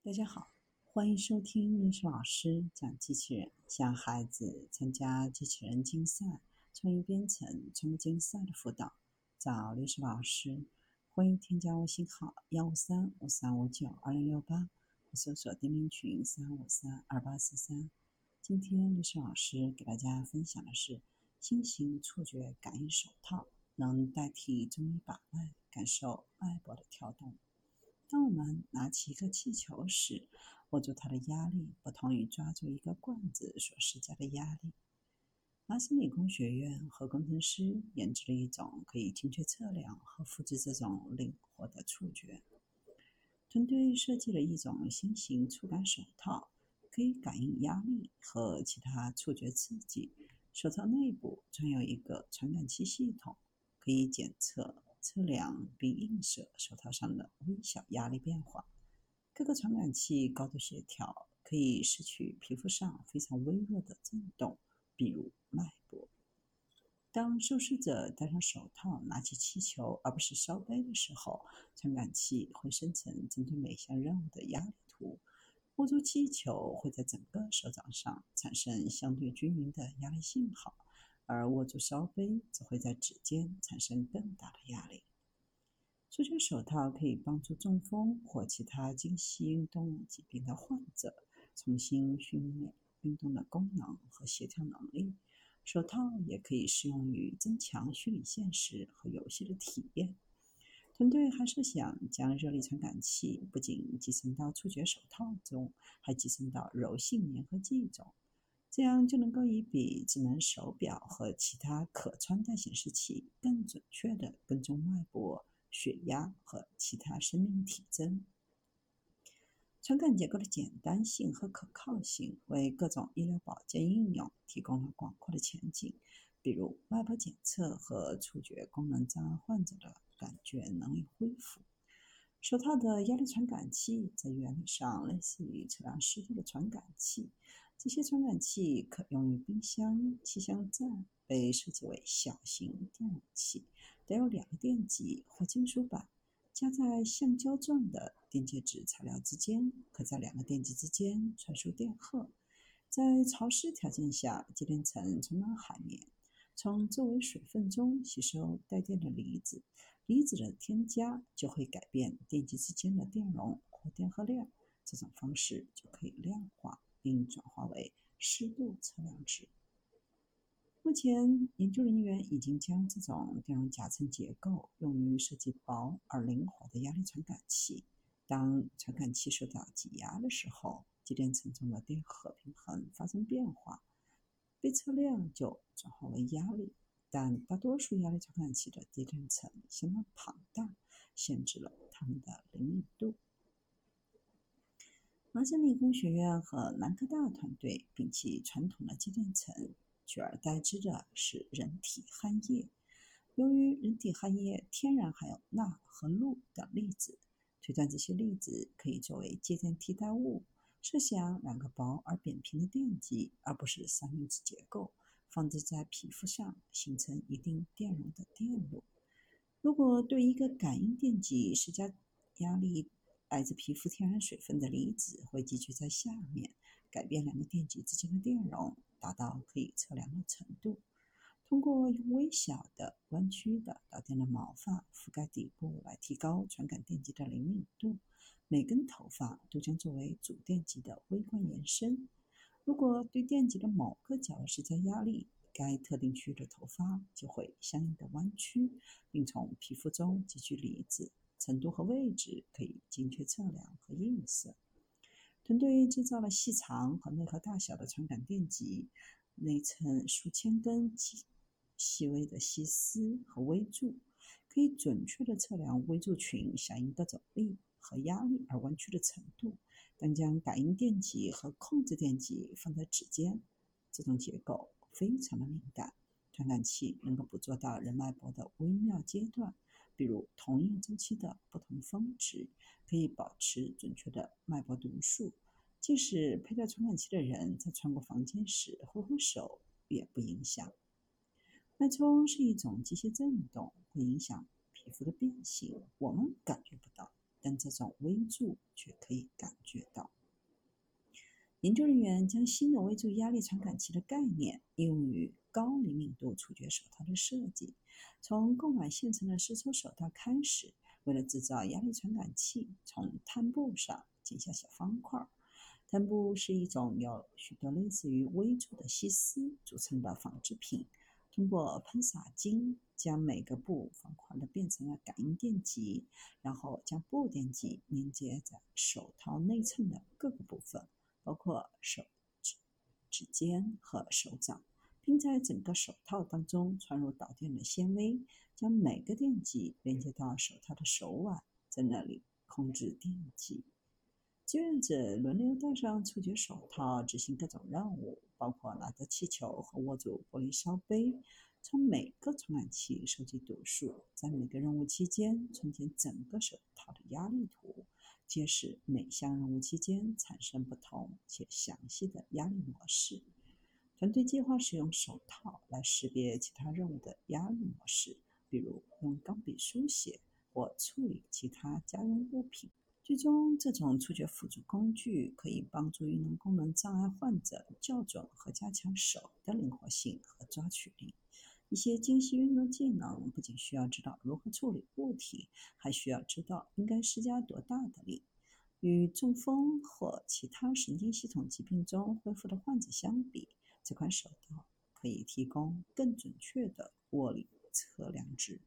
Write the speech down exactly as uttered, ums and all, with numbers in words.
大家好，欢迎收听历史老师讲机器人，向孩子参加机器人竞赛、创意编程、创客竞赛的辅导，找历史老师。欢迎添加微信号幺五三五三五九二零六八，或搜索钉钉群三五三二八四三。今天历史老师给大家分享的是新型触觉感应手套，能代替中医把脉，感受脉搏的跳动。当我们拿起一个气球时，握住它的压力不同于抓住一个罐子所施加的压力。麻省理工学院和工程师研制了一种可以精确测量和复制这种灵活的触觉。团队设计了一种新型触感手套，可以感应压力和其他触觉刺激。手套内部装有一个传感器系统，可以检测测量并映射手套上的微小压力变化。各个传感器高度协调，可以拾取皮肤上非常微弱的震动，比如脉搏。当受试者戴上手套拿起气球而不是烧杯的时候，传感器会生成针对每项任务的压力图。握住气球会在整个手掌上产生相对均匀的压力信号，而握住烧杯则会在指尖产生更大的压力。触觉手套可以帮助中风或其他精细运动疾病的患者重新训练运动的功能和协调能力。手套也可以适用于增强虚拟现实和游戏的体验。团队还设想将热力传感器不仅集成到触觉手套中，还集成到柔性粘合剂中，这样就能够以比智能手表和其他可穿戴显示器更准确地跟踪脉搏、血压和其他生命体征。传感结构的简单性和可靠性为各种医疗保健应用提供了广阔的前景，比如脉搏检测和触觉功能障碍患者的感觉能力恢复。手套的压力传感器在原理上类似于测量湿度的传感器，这些传感器可用于冰箱、气象站，被设计为小型电容器，带有两个电极或金属板，夹在橡胶状的电介质材料之间，可在两个电极之间传输电荷。在潮湿条件下，接电层充满海绵，从周围水分中吸收带电的离子，离子的添加就会改变电极之间的电容或电荷量，这种方式就可以量化并转化为湿度测量值。目前，研究人员已经将这种电容夹层结构用于设计薄而灵活的压力传感器。当传感器受到挤压的时候，接电层中的电荷平衡发生变化，被测量就转化为压力。但大多数压力传感器的接电层相当庞大，限制了它们的灵敏度。麻省理工学院和南科大团队摒弃传统的接电层，取而代之的是人体汗液。由于人体汗液天然含有钠和氯等粒子，推断这些粒子可以作为接电替代物。设想两个薄而扁平的电极，而不是三明治结构，放置在皮肤上，形成一定电容的电路。如果对一个感应电极施加压力，来自皮肤天然水分的离子会积聚在下面，改变两个电极之间的电容，达到可以测量的程度。通过用微小的弯曲的导电的毛发覆盖底部来提高传感电极的灵敏度，每根头发都将作为主电极的微观延伸。如果对电极的某个角落施加压力，该特定区域的头发就会相应的弯曲，并从皮肤中汲取离子，程度和位置可以精确测量和映射。团队制造了细长和内核大小的传感电极，内层数千根细微的细丝和微柱，可以准确地测量微柱群响应各种力和压力而弯曲的程度。当将感应电极和控制电极放在指尖，这种结构非常的敏感，传感器能够捕捉到人脉搏的微妙阶段，比如同一周期的不同峰值，可以保持准确的脉搏读数。即使佩戴传感器的人在穿过房间时挥挥手也不影响。脉冲是一种机械振动，会影响皮肤的变形，我们感觉不到， 但这种微助却可以感觉到。研究人员将新的微助压力传感器的概念应用于高灵敏度触觉手套的设计。从购买现成的丝绸手套开始，为了制造压力传感器，从摊布上剪下小方块。摊布是一种由许多类似于微助的细丝组成的纺织品，通过喷洒精将每个布方块的变成了感应电极，然后将布电极连接在手套内衬的各个部分，包括手指、指尖和手掌，并在整个手套当中传入导电的纤维，将每个电极连接到手套的手腕，在那里控制电极。志愿者轮流戴上触觉手套，执行各种任务，包括拿着气球和握住玻璃烧杯，从每个传感器收集读数，在每个任务期间重建整个手套的压力图，揭示每项任务期间产生不同且详细的压力模式。团队计划使用手套来识别其他任务的压力模式，比如用钢笔书写或处理其他家用物品。最终，这种触觉辅助工具可以帮助运动功能障碍患者校准和加强手的灵活性和抓取力。一些精细运动技能不仅需要知道如何处理物体，还需要知道应该施加多大的力。与中风或其他神经系统疾病中恢复的患者相比，这款手套可以提供更准确的握力测量值。